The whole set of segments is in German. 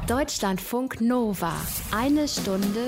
Deutschlandfunk Nova. Eine Stunde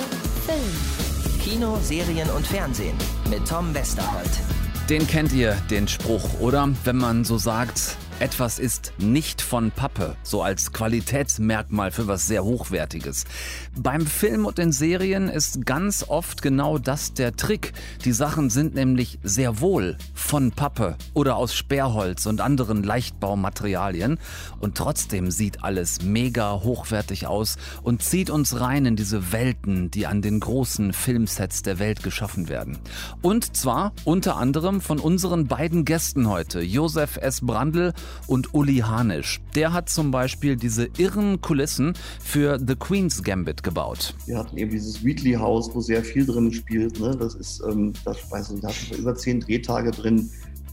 Film. Kino, Serien und Fernsehen mit Tom Westerholt. Den kennt ihr, den Spruch, oder? Wenn man so sagt, etwas ist nicht von Pappe, so als Qualitätsmerkmal für was sehr Hochwertiges. Beim Film und den Serien ist ganz oft genau das der Trick. Die Sachen sind nämlich sehr wohl von Pappe oder aus Sperrholz und anderen Leichtbaumaterialien. Und trotzdem sieht alles mega hochwertig aus und zieht uns rein in diese Welten, die an den großen Filmsets der Welt geschaffen werden. Und zwar unter anderem von unseren beiden Gästen heute, Josef S. Brandl und Uli Hanisch. Der hat zum Beispiel diese irren Kulissen für The Queen's Gambit gebaut. Wir hatten eben dieses Wheatley House, wo sehr viel drin spielt. Ne? Das ist, da hatten wir über 10 Drehtage drin.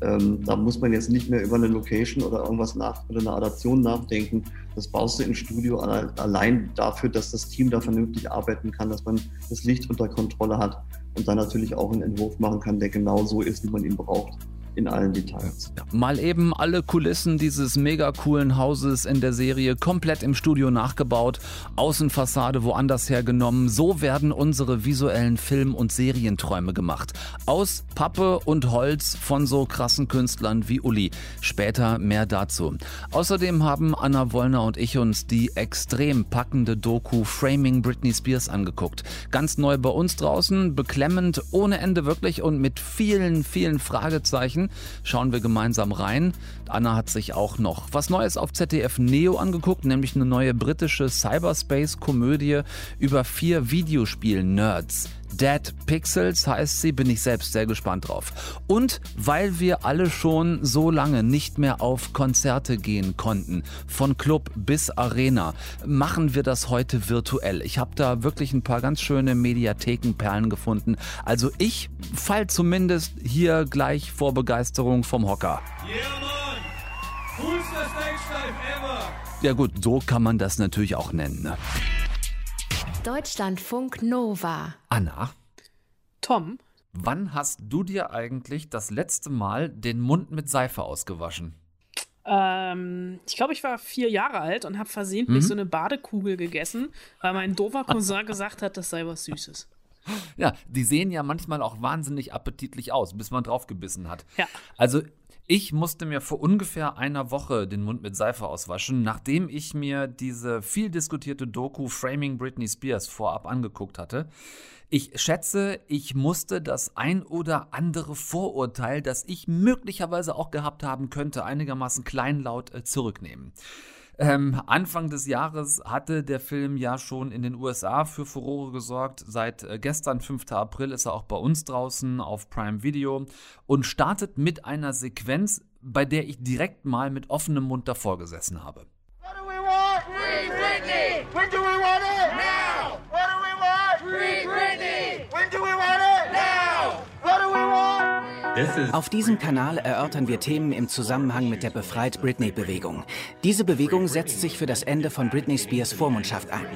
Da muss man jetzt nicht mehr über eine Location oder irgendwas oder eine Adaption nachdenken. Das baust du im Studio allein dafür, dass das Team da vernünftig arbeiten kann, dass man das Licht unter Kontrolle hat und dann natürlich auch einen Entwurf machen kann, der genau so ist, wie man ihn braucht. In allen Details. Ja, mal eben alle Kulissen dieses mega coolen Hauses in der Serie komplett im Studio nachgebaut, Außenfassade woanders hergenommen. So werden unsere visuellen Film- und Serienträume gemacht. Aus Pappe und Holz von so krassen Künstlern wie Uli. Später mehr dazu. Außerdem haben Anna Wollner und ich uns die extrem packende Doku Framing Britney Spears angeguckt. Ganz neu bei uns draußen, beklemmend ohne Ende wirklich und mit vielen, vielen Fragezeichen. Schauen wir gemeinsam rein. Anna hat sich auch noch was Neues auf ZDF Neo angeguckt, nämlich eine neue britische Cyberspace-Komödie über 4 Videospiel-Nerds. Dead Pixels heißt sie, bin ich selbst sehr gespannt drauf. Und weil wir alle schon so lange nicht mehr auf Konzerte gehen konnten, von Club bis Arena, machen wir das heute virtuell. Ich habe da wirklich ein paar ganz schöne Mediathekenperlen gefunden. Also ich fall zumindest hier gleich vor Begeisterung vom Hocker. Yeah, Mann! Coolster Stage-Dive ever! Ja gut, so kann man das natürlich auch nennen, ne? Deutschlandfunk Nova. Anna? Tom? Wann hast du dir eigentlich das letzte Mal den Mund mit Seife ausgewaschen? Ich glaube, ich war 4 Jahre alt und habe versehentlich so eine Badekugel gegessen, weil mein doofer Cousin gesagt hat, das sei was Süßes. Ja, die sehen ja manchmal auch wahnsinnig appetitlich aus, bis man drauf gebissen hat. Ja. Also ich musste mir vor ungefähr einer Woche den Mund mit Seife auswaschen, nachdem ich mir diese viel diskutierte Doku Framing Britney Spears vorab angeguckt hatte. Ich schätze, ich musste das ein oder andere Vorurteil, das ich möglicherweise auch gehabt haben könnte, einigermaßen kleinlaut zurücknehmen. Anfang des Jahres hatte der Film ja schon in den USA für Furore gesorgt. Seit gestern, 5. April, ist er auch bei uns draußen auf Prime Video und startet mit einer Sequenz, bei der ich direkt mal mit offenem Mund davor gesessen habe. What do we want? Free Britney! When do we want it? Now! What do we want? Free Britney! When do we want it? Now! What do we want? Auf diesem Kanal erörtern wir Themen im Zusammenhang mit der Befreit Britney-Bewegung. Diese Bewegung setzt sich für das Ende von Britney Spears Vormundschaft ein.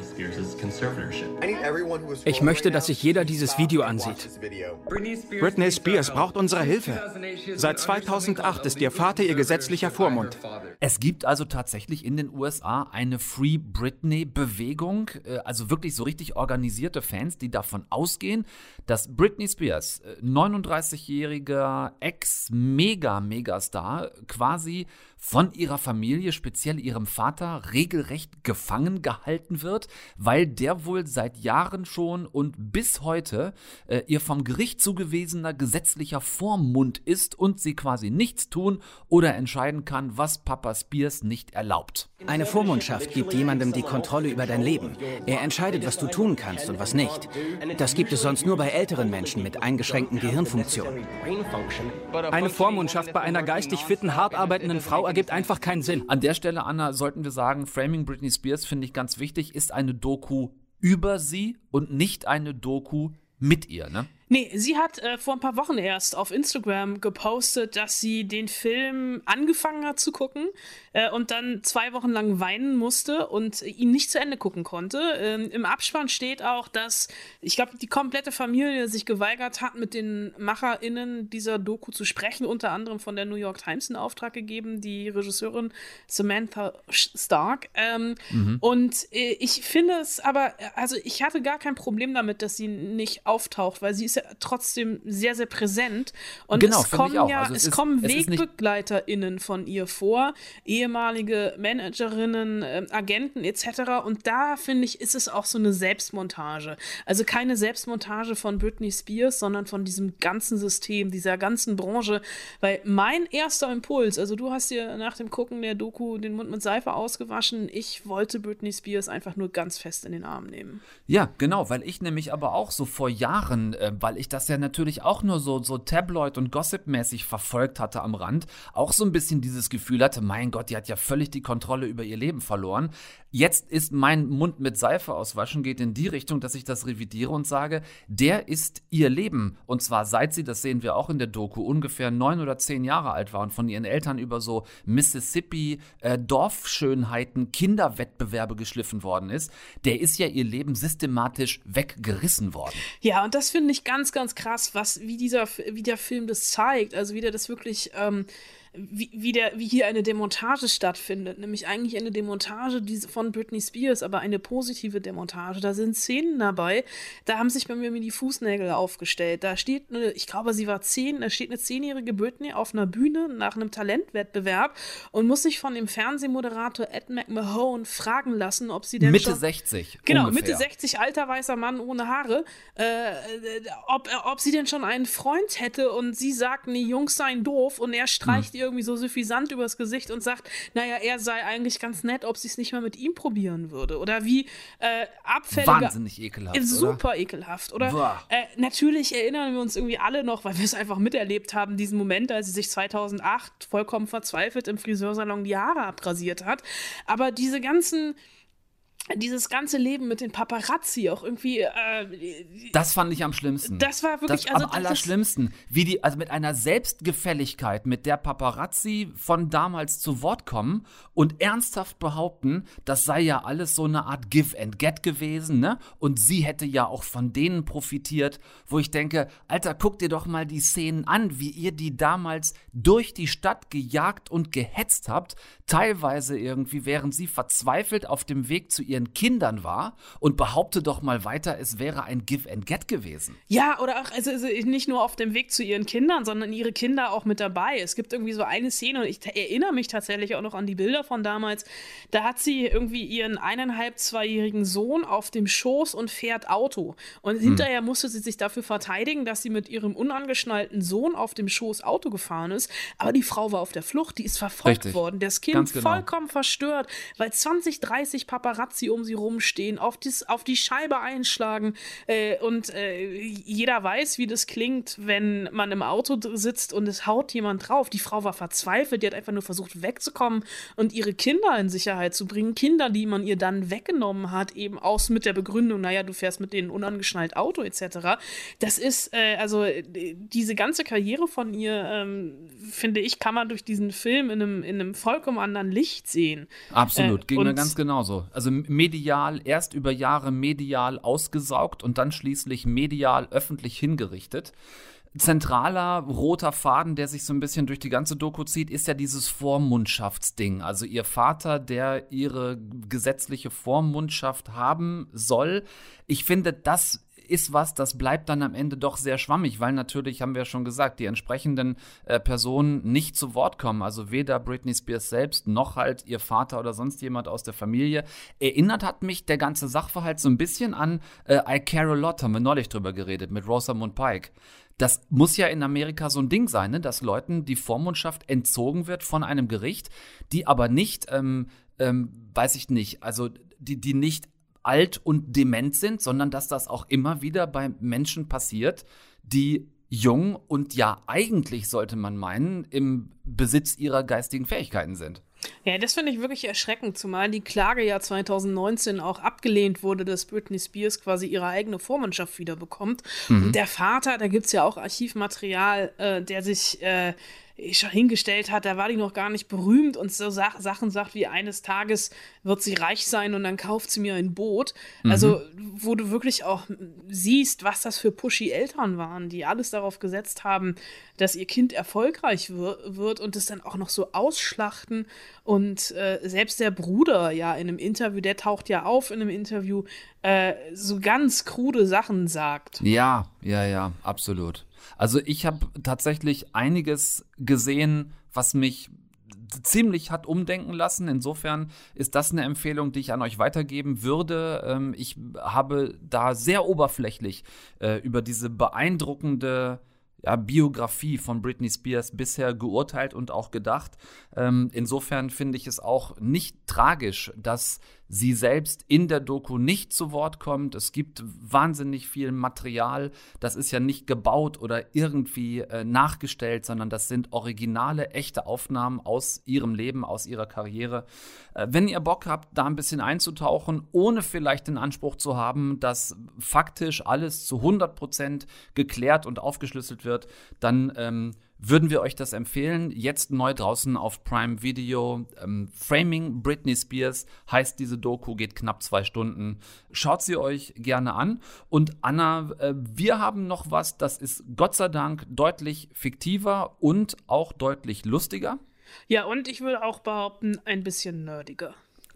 Ich möchte, dass sich jeder dieses Video ansieht. Britney Spears braucht unsere Hilfe. Seit 2008 ist ihr Vater ihr gesetzlicher Vormund. Es gibt also tatsächlich in den USA eine Free Britney-Bewegung, also wirklich so richtig organisierte Fans, die davon ausgehen, dass Britney Spears, 39-jähriger Ex-Megastar, quasi von ihrer Familie, speziell ihrem Vater, regelrecht gefangen gehalten wird, weil der wohl seit Jahren schon und bis heute ihr vom Gericht zugewiesener gesetzlicher Vormund ist und sie quasi nichts tun oder entscheiden kann, was Papa Spears nicht erlaubt. Eine Vormundschaft gibt jemandem die Kontrolle über dein Leben. Er entscheidet, was du tun kannst und was nicht. Das gibt es sonst nur bei älteren Menschen mit eingeschränkten Gehirnfunktionen. Eine Vormundschaft bei einer geistig fitten, hart arbeitenden Frau ergibt einfach keinen Sinn. An der Stelle, Anna, sollten wir sagen, Framing Britney Spears, finde ich ganz wichtig, ist eine Doku über sie und nicht eine Doku mit ihr, ne? Nee, sie hat vor ein paar Wochen erst auf Instagram gepostet, dass sie den Film angefangen hat zu gucken und dann 2 Wochen lang weinen musste und ihn nicht zu Ende gucken konnte. Im Abspann steht auch, dass, ich glaube, die komplette Familie sich geweigert hat, mit den MacherInnen dieser Doku zu sprechen, unter anderem von der New York Times in Auftrag gegeben, die Regisseurin Samantha Stark. Und ich finde es aber, also ich hatte gar kein Problem damit, dass sie nicht auftaucht, weil sie ist ja trotzdem sehr, sehr präsent. Und Genau, es kommen also es kommen WegbegleiterInnen von ihr vor, ehemalige Managerinnen, Agenten etc. Und da, finde ich, ist es auch so eine Selbstmontage. Also keine Selbstmontage von Britney Spears, sondern von diesem ganzen System, dieser ganzen Branche. Weil mein erster Impuls, also du hast dir nach dem Gucken der Doku den Mund mit Seife ausgewaschen, ich wollte Britney Spears einfach nur ganz fest in den Arm nehmen. Ja, genau, weil ich nämlich aber auch so vor Jahren, weil ich das ja natürlich auch nur so Tabloid- und Gossip-mäßig verfolgt hatte am Rand, auch so ein bisschen dieses Gefühl hatte, mein Gott, die hat ja völlig die Kontrolle über ihr Leben verloren. Jetzt ist mein Mund mit Seife auswaschen, geht in die Richtung, dass ich das revidiere und sage, der ist ihr Leben. Und zwar seit sie, das sehen wir auch in der Doku, ungefähr 9 oder 10 Jahre alt war und von ihren Eltern über so Mississippi-Dorfschönheiten, Kinderwettbewerbe geschliffen worden ist, der ist ja ihr Leben systematisch weggerissen worden. Ja, und das finde ich ganz, ganz krass, wie der Film das zeigt. Also wie der das wirklich, wie hier eine Demontage stattfindet. Nämlich eigentlich eine Demontage von Britney Spears, aber eine positive Demontage. Da sind Szenen dabei, da haben sich bei mir die Fußnägel aufgestellt. Da steht ich glaube, sie war 10, da steht eine 10-jährige Britney auf einer Bühne nach einem Talentwettbewerb und muss sich von dem Fernsehmoderator Ed McMahon fragen lassen, ob sie denn Mitte 60 Genau, ungefähr. Mitte 60, alter weißer Mann ohne Haare, ob sie denn schon einen Freund hätte und sie sagt, nee, Jungs seien doof und er streicht irgendwie so suffisant übers Gesicht und sagt, naja, er sei eigentlich ganz nett, ob sie es nicht mal mit ihm probieren würde. Oder wie abfällige... Wahnsinnig ekelhaft, super oder? Ekelhaft. Oder natürlich erinnern wir uns irgendwie alle noch, weil wir es einfach miterlebt haben, diesen Moment, als sie sich 2008 vollkommen verzweifelt im Friseursalon die Haare abrasiert hat. Aber dieses ganze Leben mit den Paparazzi auch irgendwie. Das fand ich am schlimmsten. Das war wirklich. Das am allerschlimmsten. Also mit einer Selbstgefälligkeit, mit der Paparazzi von damals zu Wort kommen und ernsthaft behaupten, das sei ja alles so eine Art Give and Get gewesen, ne? Und sie hätte ja auch von denen profitiert, wo ich denke, Alter, guck dir doch mal die Szenen an, wie ihr die damals durch die Stadt gejagt und gehetzt habt, teilweise irgendwie, während sie verzweifelt auf dem Weg zu ihren Kindern war und behaupte doch mal weiter, es wäre ein Give and Get gewesen. Ja, oder auch also nicht nur auf dem Weg zu ihren Kindern, sondern ihre Kinder auch mit dabei. Es gibt irgendwie so eine Szene und ich erinnere mich tatsächlich auch noch an die Bilder von damals. Da hat sie irgendwie ihren 1,5-, 2-jährigen Sohn auf dem Schoß und fährt Auto. Und hinterher musste sie sich dafür verteidigen, dass sie mit ihrem unangeschnallten Sohn auf dem Schoß Auto gefahren ist. Aber die Frau war auf der Flucht, die ist verfolgt worden. Das Kind vollkommen verstört, weil 20, 30 Paparazzi um sie rumstehen, auf die Scheibe einschlagen und jeder weiß, wie das klingt, wenn man im Auto sitzt und es haut jemand drauf. Die Frau war verzweifelt, die hat einfach nur versucht wegzukommen und ihre Kinder in Sicherheit zu bringen. Kinder, die man ihr dann weggenommen hat, eben mit der Begründung, naja, du fährst mit denen unangeschnallt Auto etc. Das ist, also diese ganze Karriere von ihr, finde ich, kann man durch diesen Film in einem vollkommen anderen Licht sehen. Absolut, ging mir ganz genauso. Also medial, erst über Jahre medial ausgesaugt und dann schließlich medial öffentlich hingerichtet. Zentraler roter Faden, der sich so ein bisschen durch die ganze Doku zieht, ist ja dieses Vormundschaftsding. Also ihr Vater, der ihre gesetzliche Vormundschaft haben soll. Ich finde, das ist das bleibt dann am Ende doch sehr schwammig, weil natürlich, haben wir ja schon gesagt, die entsprechenden Personen nicht zu Wort kommen. Also weder Britney Spears selbst, noch halt ihr Vater oder sonst jemand aus der Familie. Erinnert hat mich der ganze Sachverhalt so ein bisschen an I Care a Lot, haben wir neulich drüber geredet, mit Rosamund Pike. Das muss ja in Amerika so ein Ding sein, ne? Dass Leuten die Vormundschaft entzogen wird von einem Gericht, die aber nicht, weiß ich nicht, also die nicht alt und dement sind, sondern dass das auch immer wieder bei Menschen passiert, die jung und ja eigentlich, sollte man meinen, im Besitz ihrer geistigen Fähigkeiten sind. Ja, das finde ich wirklich erschreckend, zumal die Klage ja 2019 auch abgelehnt wurde, dass Britney Spears quasi ihre eigene Vormundschaft wieder bekommt. Und der Vater, da gibt es ja auch Archivmaterial, der sich schon hingestellt hat, da war die noch gar nicht berühmt und so Sachen sagt wie, eines Tages wird sie reich sein und dann kauft sie mir ein Boot. Also, wo du wirklich auch siehst, was das für pushy Eltern waren, die alles darauf gesetzt haben, dass ihr Kind erfolgreich wird und es dann auch noch so ausschlachten. Und selbst der Bruder ja in einem Interview, der taucht ja auf in einem Interview, so ganz krude Sachen sagt. Ja, absolut. Also ich habe tatsächlich einiges gesehen, was mich ziemlich hat umdenken lassen. Insofern ist das eine Empfehlung, die ich an euch weitergeben würde. Ich habe da sehr oberflächlich über diese beeindruckende Biografie von Britney Spears bisher geurteilt und auch gedacht. Insofern finde ich es auch nicht tragisch, dass sie selbst in der Doku nicht zu Wort kommt. Es gibt wahnsinnig viel Material. Das ist ja nicht gebaut oder irgendwie nachgestellt, sondern das sind originale, echte Aufnahmen aus ihrem Leben, aus ihrer Karriere. Wenn ihr Bock habt, da ein bisschen einzutauchen, ohne vielleicht den Anspruch zu haben, dass faktisch alles zu 100% geklärt und aufgeschlüsselt wird, dann würden wir euch das empfehlen. Jetzt neu draußen auf Prime Video. Framing Britney Spears heißt diese Doku, geht knapp 2 Stunden. Schaut sie euch gerne an. Und Anna, wir haben noch was, das ist Gott sei Dank deutlich fiktiver und auch deutlich lustiger. Ja, und ich würde auch behaupten, ein bisschen nerdiger.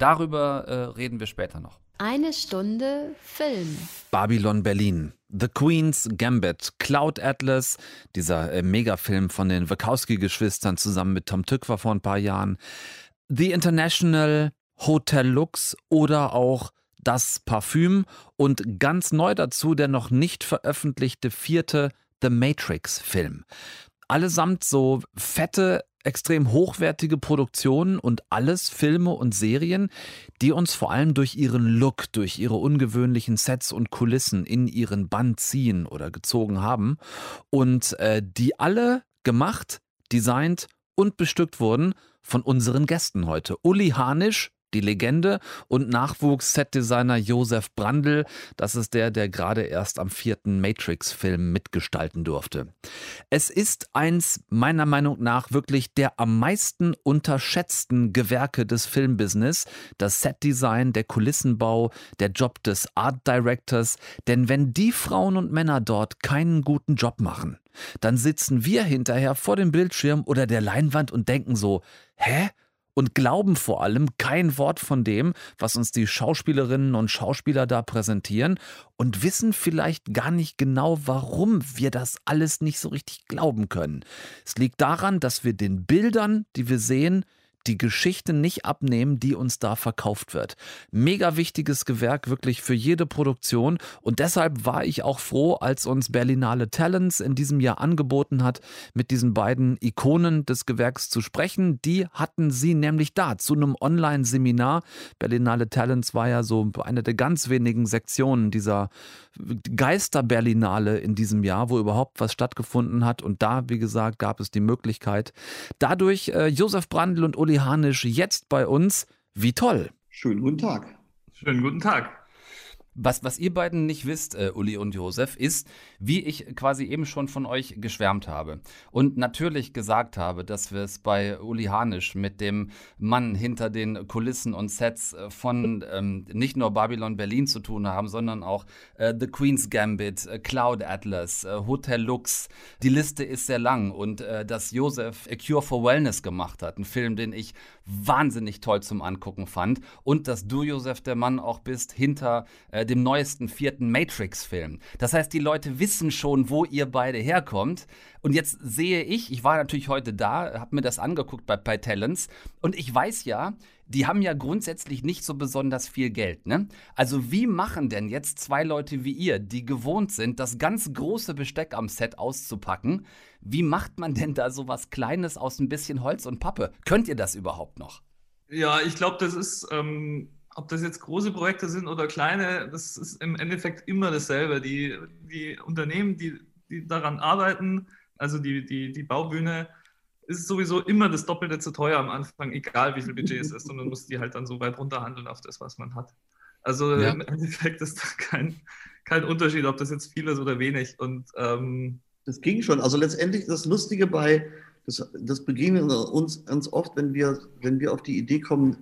Darüber reden wir später noch. Eine Stunde Film. Babylon Berlin, The Queen's Gambit, Cloud Atlas, dieser Megafilm von den Wachowski-Geschwistern zusammen mit Tom Tykwer vor ein paar Jahren, The International, Hotel Lux oder auch Das Parfüm und ganz neu dazu der noch nicht veröffentlichte 4. The Matrix-Film. Allesamt so fette, extrem hochwertige Produktionen und alles Filme und Serien, die uns vor allem durch ihren Look, durch ihre ungewöhnlichen Sets und Kulissen in ihren Bann ziehen oder gezogen haben und die alle gemacht, designt und bestückt wurden von unseren Gästen heute. Uli Hanisch, die Legende, und Nachwuchs-Setdesigner Josef Brandl. Das ist der gerade erst am 4. Matrix-Film mitgestalten durfte. Es ist eins, meiner Meinung nach, wirklich der am meisten unterschätzten Gewerke des Filmbusiness. Das Setdesign, der Kulissenbau, der Job des Art Directors. Denn wenn die Frauen und Männer dort keinen guten Job machen, dann sitzen wir hinterher vor dem Bildschirm oder der Leinwand und denken so, hä? Und glauben vor allem kein Wort von dem, was uns die Schauspielerinnen und Schauspieler da präsentieren und wissen vielleicht gar nicht genau, warum wir das alles nicht so richtig glauben können. Es liegt daran, dass wir den Bildern, die wir sehen, die Geschichte nicht abnehmen, die uns da verkauft wird. Mega wichtiges Gewerk, wirklich für jede Produktion. Und deshalb war ich auch froh, als uns Berlinale Talents in diesem Jahr angeboten hat, mit diesen beiden Ikonen des Gewerks zu sprechen. Die hatten sie nämlich da zu einem Online-Seminar. Berlinale Talents war ja so eine der ganz wenigen Sektionen dieser Geister-Berlinale in diesem Jahr, wo überhaupt was stattgefunden hat. Und da, wie gesagt, gab es die Möglichkeit. Dadurch Josef Brandl und Uli Hanisch jetzt bei uns. Wie toll. Schönen guten Tag. Schönen guten Tag. Was ihr beiden nicht wisst, Uli und Josef, ist, wie ich quasi eben schon von euch geschwärmt habe und natürlich gesagt habe, dass wir es bei Uli Hanisch mit dem Mann hinter den Kulissen und Sets von nicht nur Babylon Berlin zu tun haben, sondern auch The Queen's Gambit, Cloud Atlas, Hotel Lux. Die Liste ist sehr lang und dass Josef A Cure for Wellness gemacht hat, ein Film, den ich wahnsinnig toll zum Angucken fand, und dass du, Josef, der Mann auch bist hinter dem neuesten 4. Matrix-Film. Das heißt, die Leute wissen schon, wo ihr beide herkommt. Und jetzt sehe ich war natürlich heute da, habe mir das angeguckt bei Talents, und ich weiß ja, die haben ja grundsätzlich nicht so besonders viel Geld, ne? Also wie machen denn jetzt 2 Leute wie ihr, die gewohnt sind, das ganz große Besteck am Set auszupacken, wie macht man denn da so was Kleines aus ein bisschen Holz und Pappe? Könnt ihr das überhaupt noch? Ja, ich glaube, das ist, ob das jetzt große Projekte sind oder kleine, das ist im Endeffekt immer dasselbe. Die Unternehmen, die daran arbeiten, also die Baubühne, ist es sowieso immer das Doppelte zu teuer am Anfang, egal wie viel Budget es ist. Und man muss die halt dann so weit runterhandeln auf das, was man hat. Also im Endeffekt ist da kein Unterschied, ob das jetzt viel ist oder wenig. Und das ging schon. Also letztendlich das Lustige das begegnet uns ganz oft, wenn wir auf die Idee kommen,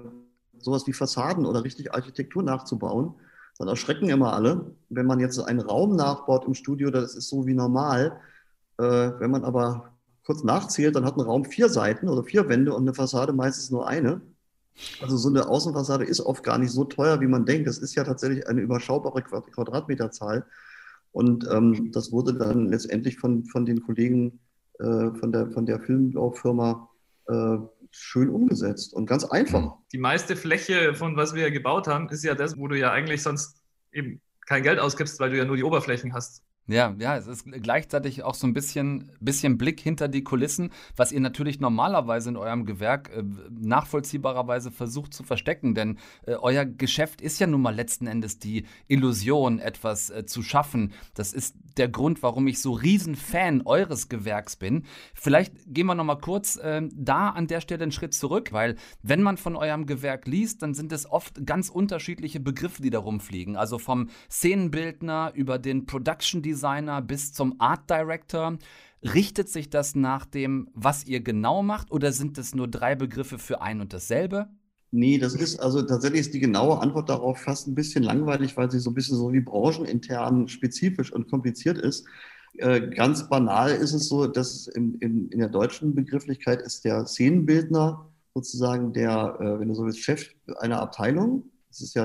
sowas wie Fassaden oder richtig Architektur nachzubauen, dann erschrecken immer alle. Wenn man jetzt einen Raum nachbaut im Studio, das ist so wie normal. Wenn man aber kurz nachzählt, dann hat ein Raum 4 Seiten oder 4 Wände und eine Fassade meistens nur eine. Also so eine Außenfassade ist oft gar nicht so teuer, wie man denkt. Das ist ja tatsächlich eine überschaubare Quadratmeterzahl. Und das wurde dann letztendlich von den Kollegen von der Filmbaufirma schön umgesetzt und ganz einfach. Die meiste Fläche von was wir gebaut haben, ist ja das, wo du ja eigentlich sonst eben kein Geld ausgibst, weil du ja nur die Oberflächen hast. Ja, es ist gleichzeitig auch so ein bisschen Blick hinter die Kulissen, was ihr natürlich normalerweise in eurem Gewerk nachvollziehbarerweise versucht zu verstecken, denn euer Geschäft ist ja nun mal letzten Endes die Illusion, etwas zu schaffen. Das ist der Grund, warum ich so Riesenfan eures Gewerks bin. Vielleicht gehen wir noch mal kurz da an der Stelle einen Schritt zurück, weil wenn man von eurem Gewerk liest, dann sind es oft ganz unterschiedliche Begriffe, die da rumfliegen. Also vom Szenenbildner über den Production Designer bis zum Art Director. Richtet sich das nach dem, was ihr genau macht, oder sind es nur 3 Begriffe für ein und dasselbe? Nee, tatsächlich ist die genaue Antwort darauf fast ein bisschen langweilig, weil sie so ein bisschen so wie branchenintern spezifisch und kompliziert ist. Ganz banal ist es so, dass in der deutschen Begrifflichkeit ist der Szenenbildner sozusagen wenn du so willst, Chef einer Abteilung. Das ist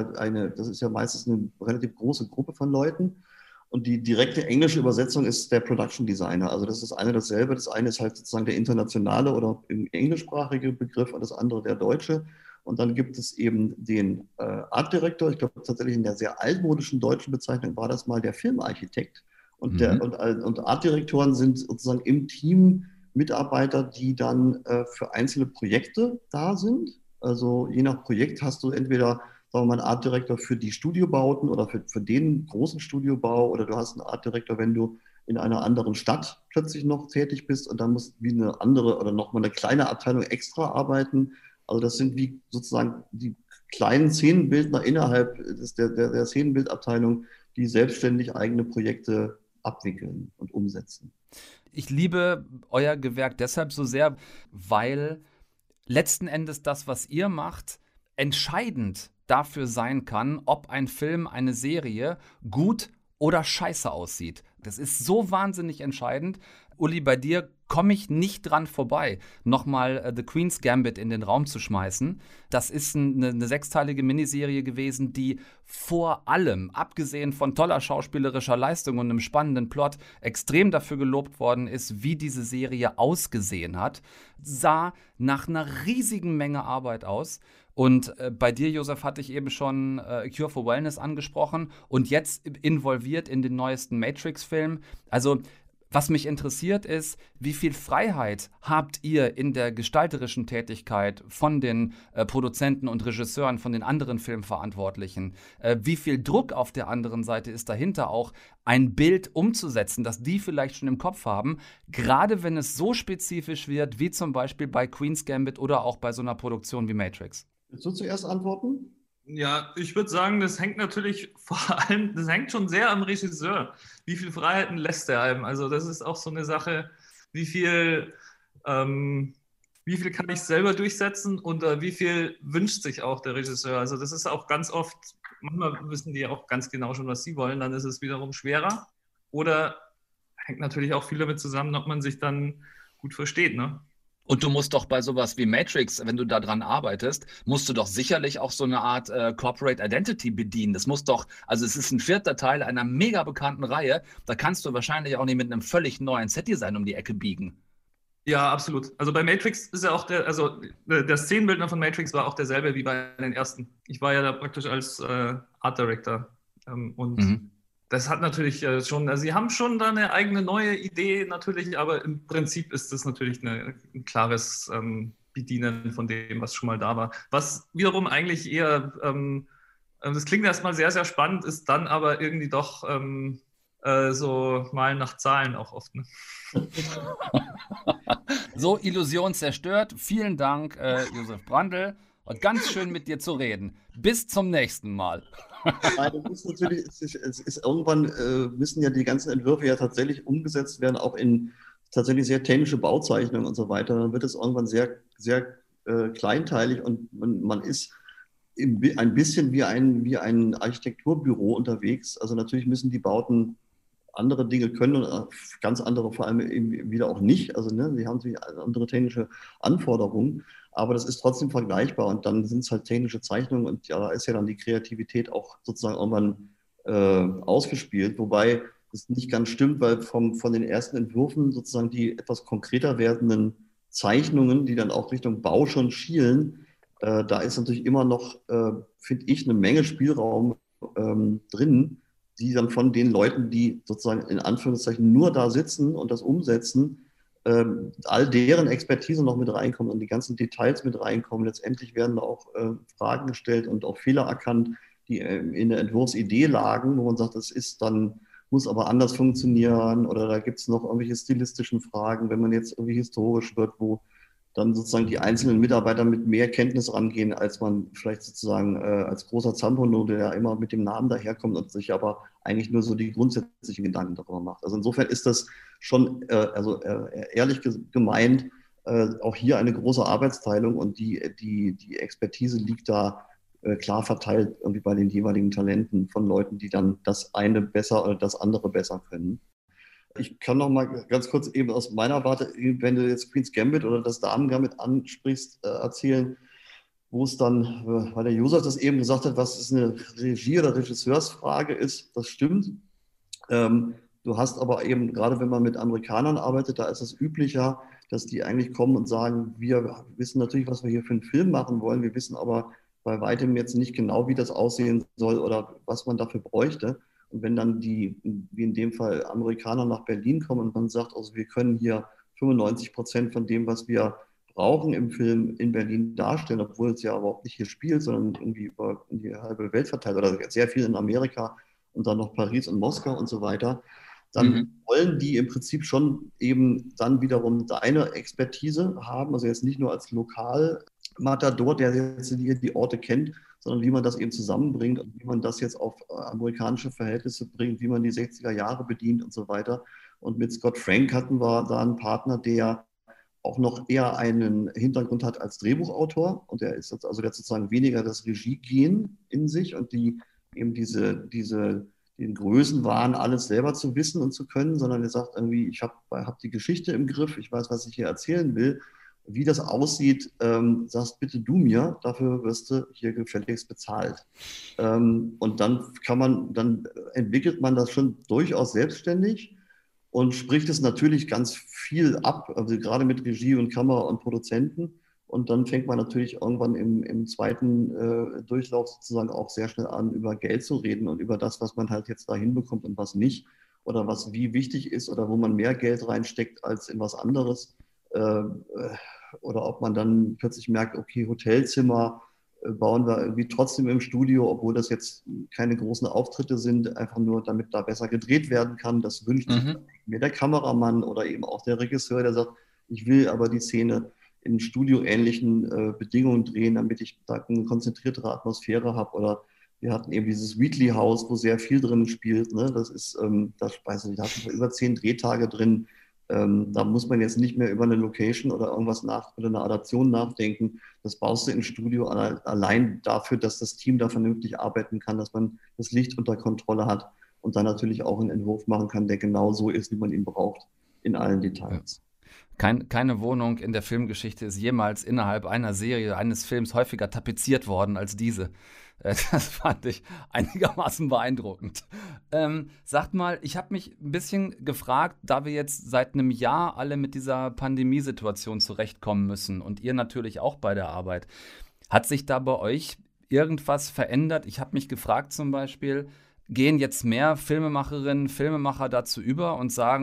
ja meistens eine relativ große Gruppe von Leuten. Und die direkte englische Übersetzung ist der Production Designer. Also das ist dasselbe. Das eine ist halt sozusagen der internationale oder englischsprachige Begriff und das andere der deutsche. Und dann gibt es eben den Art Director. Ich glaube tatsächlich in der sehr altmodischen deutschen Bezeichnung war das mal der Filmarchitekt. Und Art Direktoren sind sozusagen im Team Mitarbeiter, die dann für einzelne Projekte da sind. Also je nach Projekt hast du entweder, sagen wir mal, einen Art Director für die Studiobauten oder für den großen Studiobau, oder du hast einen Art Director, wenn du in einer anderen Stadt plötzlich noch tätig bist und dann musst du wie eine andere oder nochmal eine kleine Abteilung extra arbeiten. Also das sind wie sozusagen die kleinen Szenenbildner innerhalb der Szenenbildabteilung, die selbstständig eigene Projekte abwickeln und umsetzen. Ich liebe euer Gewerk deshalb so sehr, weil letzten Endes das, was ihr macht, entscheidend dafür sein kann, ob ein Film, eine Serie gut oder scheiße aussieht. Das ist so wahnsinnig entscheidend. Uli, bei dir komme ich nicht dran vorbei, nochmal The Queen's Gambit in den Raum zu schmeißen. Das ist eine 6-teilige Miniserie gewesen, die vor allem, abgesehen von toller schauspielerischer Leistung und einem spannenden Plot, extrem dafür gelobt worden ist, wie diese Serie ausgesehen hat. Sah nach einer riesigen Menge Arbeit aus. Und bei dir, Josef, hatte ich eben schon Cure for Wellness angesprochen und jetzt involviert in den neuesten Matrix-Film. Also was mich interessiert ist, wie viel Freiheit habt ihr in der gestalterischen Tätigkeit von den Produzenten und Regisseuren, von den anderen Filmverantwortlichen? Wie viel Druck auf der anderen Seite ist dahinter auch, ein Bild umzusetzen, das die vielleicht schon im Kopf haben, gerade wenn es so spezifisch wird, wie zum Beispiel bei Queen's Gambit oder auch bei so einer Produktion wie Matrix? Willst du zuerst antworten? Ja, ich würde sagen, das hängt natürlich das hängt schon sehr am Regisseur. Wie viel Freiheiten lässt er einem? Also das ist auch so eine Sache, wie viel kann ich selber durchsetzen und wie viel wünscht sich auch der Regisseur? Also das ist auch ganz oft, manchmal wissen die auch ganz genau schon, was sie wollen, dann ist es wiederum schwerer. Oder hängt natürlich auch viel damit zusammen, ob man sich dann gut versteht, ne? Und du musst doch bei sowas wie Matrix, wenn du da dran arbeitest, musst du doch sicherlich auch so eine Art Corporate Identity bedienen. Das muss doch, also es ist ein 4. Teil einer mega bekannten Reihe, da kannst du wahrscheinlich auch nicht mit einem völlig neuen Set-Design um die Ecke biegen. Ja, absolut. Also bei Matrix ist ja auch der Szenenbildner von Matrix war auch derselbe wie bei den ersten. Ich war ja da praktisch als Art Director das hat natürlich schon, also sie haben schon da eine eigene neue Idee natürlich, aber im Prinzip ist das natürlich ein klares Bedienen von dem, was schon mal da war. Was wiederum eigentlich eher, das klingt erstmal sehr, sehr spannend, ist dann aber irgendwie doch so malen nach Zahlen auch oft. Ne? So, Illusion zerstört. Vielen Dank, Josef Brandl. Und ganz schön mit dir zu reden. Bis zum nächsten Mal. Nein, es ist irgendwann müssen ja die ganzen Entwürfe ja tatsächlich umgesetzt werden, auch in tatsächlich sehr technische Bauzeichnungen und so weiter. Dann wird es irgendwann sehr, sehr kleinteilig und man ist ein bisschen wie ein Architekturbüro unterwegs. Also natürlich müssen die Bauten andere Dinge können und ganz andere vor allem eben wieder auch nicht. Also die haben natürlich andere technische Anforderungen, aber das ist trotzdem vergleichbar und dann sind es halt technische Zeichnungen und ja, da ist ja dann die Kreativität auch sozusagen irgendwann ausgespielt, wobei das nicht ganz stimmt, weil von den ersten Entwürfen sozusagen die etwas konkreter werdenden Zeichnungen, die dann auch Richtung Bau schon schielen, da ist natürlich immer noch, finde ich, eine Menge Spielraum drin, die dann von den Leuten, die sozusagen in Anführungszeichen nur da sitzen und das umsetzen, all deren Expertise noch mit reinkommen und die ganzen Details mit reinkommen. Letztendlich werden da auch Fragen gestellt und auch Fehler erkannt, die in der Entwurfsidee lagen, wo man sagt, das ist dann, muss aber anders funktionieren oder da gibt es noch irgendwelche stilistischen Fragen, wenn man jetzt irgendwie historisch wird, wo dann sozusagen die einzelnen Mitarbeiter mit mehr Kenntnis rangehen, als man vielleicht sozusagen als großer Zampono, der ja immer mit dem Namen daherkommt und sich aber eigentlich nur so die grundsätzlichen Gedanken darüber macht. Also insofern ist das schon, ehrlich gemeint, auch hier eine große Arbeitsteilung und die Expertise liegt da klar verteilt irgendwie bei den jeweiligen Talenten von Leuten, die dann das eine besser oder das andere besser können. Ich kann noch mal ganz kurz eben aus meiner Warte, wenn du jetzt Queen's Gambit oder das Damen-Gambit ansprichst, erzählen, wo es dann, weil der Josef das eben gesagt hat, was es eine Regie- oder Regisseursfrage ist, das stimmt. Du hast aber eben, gerade wenn man mit Amerikanern arbeitet, da ist es üblicher, dass die eigentlich kommen und sagen, wir wissen natürlich, was wir hier für einen Film machen wollen, wir wissen aber bei weitem jetzt nicht genau, wie das aussehen soll oder was man dafür bräuchte. Und wenn dann die, wie in dem Fall, Amerikaner nach Berlin kommen und man sagt, also wir können hier 95% von dem, was wir brauchen im Film in Berlin darstellen, obwohl es ja überhaupt nicht hier spielt, sondern irgendwie über die halbe Welt verteilt oder sehr viel in Amerika und dann noch Paris und Moskau und so weiter, dann wollen die im Prinzip schon eben dann wiederum deine Expertise haben, also jetzt nicht nur als Lokalmatador, der jetzt die Orte kennt, sondern wie man das eben zusammenbringt und wie man das jetzt auf amerikanische Verhältnisse bringt, wie man die 60er Jahre bedient und so weiter. Und mit Scott Frank hatten wir da einen Partner, der auch noch eher einen Hintergrund hat als Drehbuchautor und der ist also der sozusagen weniger das Regiegen in sich und die eben den Größenwahn, alles selber zu wissen und zu können, sondern er sagt irgendwie, ich hab die Geschichte im Griff, ich weiß, was ich hier erzählen will. Wie das aussieht, sagst bitte du mir, dafür wirst du hier gefälligst bezahlt. Und dann entwickelt man das schon durchaus selbstständig und spricht es natürlich ganz viel ab, also gerade mit Regie und Kamera und Produzenten. Und dann fängt man natürlich irgendwann im zweiten Durchlauf sozusagen auch sehr schnell an, über Geld zu reden und über das, was man halt jetzt da hinbekommt und was nicht. Oder was wie wichtig ist oder wo man mehr Geld reinsteckt als in was anderes. Oder ob man dann plötzlich merkt, okay, Hotelzimmer bauen wir irgendwie trotzdem im Studio, obwohl das jetzt keine großen Auftritte sind, einfach nur, damit da besser gedreht werden kann. Das wünscht sich mir der Kameramann oder eben auch der Regisseur, der sagt, ich will aber die Szene in studioähnlichen Bedingungen drehen, damit ich da eine konzentriertere Atmosphäre habe. Oder wir hatten eben dieses Wheatley House, wo sehr viel drin spielt. Ne? Das ist, da hatten wir über 10 Drehtage drin. Da muss man jetzt nicht mehr über eine Location oder irgendwas oder eine Adaption nachdenken. Das baust du im Studio allein dafür, dass das Team da vernünftig arbeiten kann, dass man das Licht unter Kontrolle hat und dann natürlich auch einen Entwurf machen kann, der genau so ist, wie man ihn braucht, in allen Details. Keine Wohnung in der Filmgeschichte ist jemals innerhalb einer Serie, eines Films häufiger tapeziert worden als diese. Das fand ich einigermaßen beeindruckend. Sagt mal, ich habe mich ein bisschen gefragt, da wir jetzt seit einem Jahr alle mit dieser Pandemiesituation zurechtkommen müssen und ihr natürlich auch bei der Arbeit, hat sich da bei euch irgendwas verändert? Ich habe mich gefragt zum Beispiel, gehen jetzt mehr Filmemacherinnen, Filmemacher dazu über und sagen,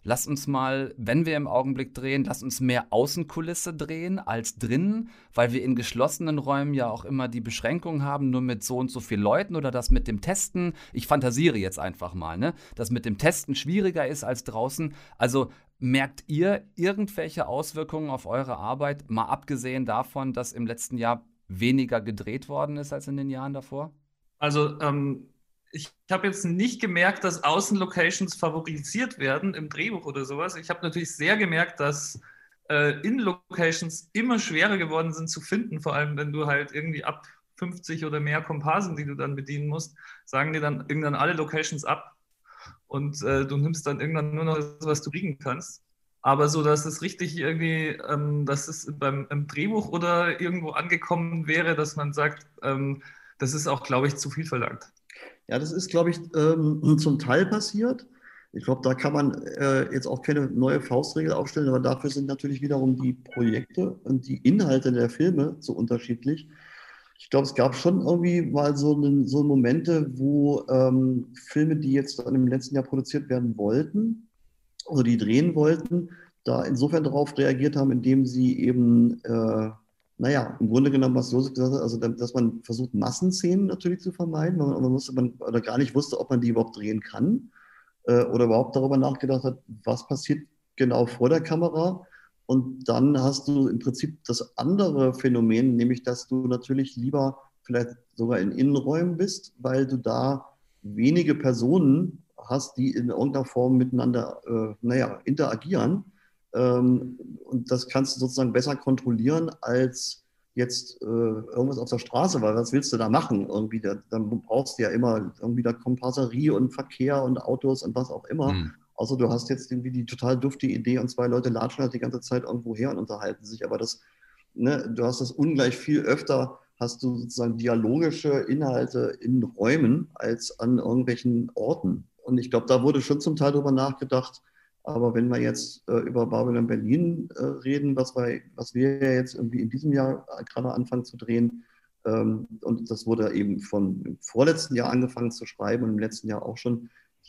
lass uns mal, wenn wir im Augenblick drehen, lass uns mehr Außenkulisse drehen als drinnen, weil wir in geschlossenen Räumen ja auch immer die Beschränkung haben, nur mit so und so viel Leuten oder das mit dem Testen, ich fantasiere jetzt einfach mal, ne, das mit dem Testen schwieriger ist als draußen. Also merkt ihr irgendwelche Auswirkungen auf eure Arbeit, mal abgesehen davon, dass im letzten Jahr weniger gedreht worden ist als in den Jahren davor? Also ich habe jetzt nicht gemerkt, dass Außenlocations favorisiert werden im Drehbuch oder sowas. Ich habe natürlich sehr gemerkt, dass In-Locations immer schwerer geworden sind zu finden, vor allem wenn du halt irgendwie ab 50 oder mehr Komparsen, die du dann bedienen musst, sagen dir dann irgendwann alle Locations ab und du nimmst dann irgendwann nur noch das, was du kriegen kannst. Aber so, dass es richtig irgendwie, dass es im Drehbuch oder irgendwo angekommen wäre, dass man sagt, das ist auch, glaube ich, zu viel verlangt. Ja, das ist, glaube ich, zum Teil passiert. Ich glaube, da kann man jetzt auch keine neue Faustregel aufstellen, aber dafür sind natürlich wiederum die Projekte und die Inhalte der Filme so unterschiedlich. Ich glaube, es gab schon irgendwie mal so Momente, wo Filme, die jetzt im letzten Jahr produziert werden wollten, also die drehen wollten, da insofern darauf reagiert haben, indem sie eben im Grunde genommen, was Josef gesagt hat, also dass man versucht, Massenszenen natürlich zu vermeiden, weil man gar nicht wusste, ob man die überhaupt drehen kann oder überhaupt darüber nachgedacht hat, was passiert genau vor der Kamera. Und dann hast du im Prinzip das andere Phänomen, nämlich dass du natürlich lieber vielleicht sogar in Innenräumen bist, weil du da wenige Personen hast, die in irgendeiner Form miteinander interagieren. Und das kannst du sozusagen besser kontrollieren als jetzt irgendwas auf der Straße, weil was willst du da machen? Irgendwie, dann brauchst du ja immer irgendwie da Komparserie und Verkehr und Autos und was auch immer. Außer du hast jetzt irgendwie die total dufte Idee und zwei Leute latschen halt die ganze Zeit irgendwo her und unterhalten sich. Aber du hast das ungleich viel öfter, hast du sozusagen dialogische Inhalte in Räumen als an irgendwelchen Orten. Und ich glaube, da wurde schon zum Teil drüber nachgedacht. Aber wenn wir jetzt über Babylon Berlin reden, was wir ja jetzt irgendwie in diesem Jahr gerade anfangen zu drehen, und das wurde eben im vorletzten Jahr angefangen zu schreiben und im letzten Jahr auch schon,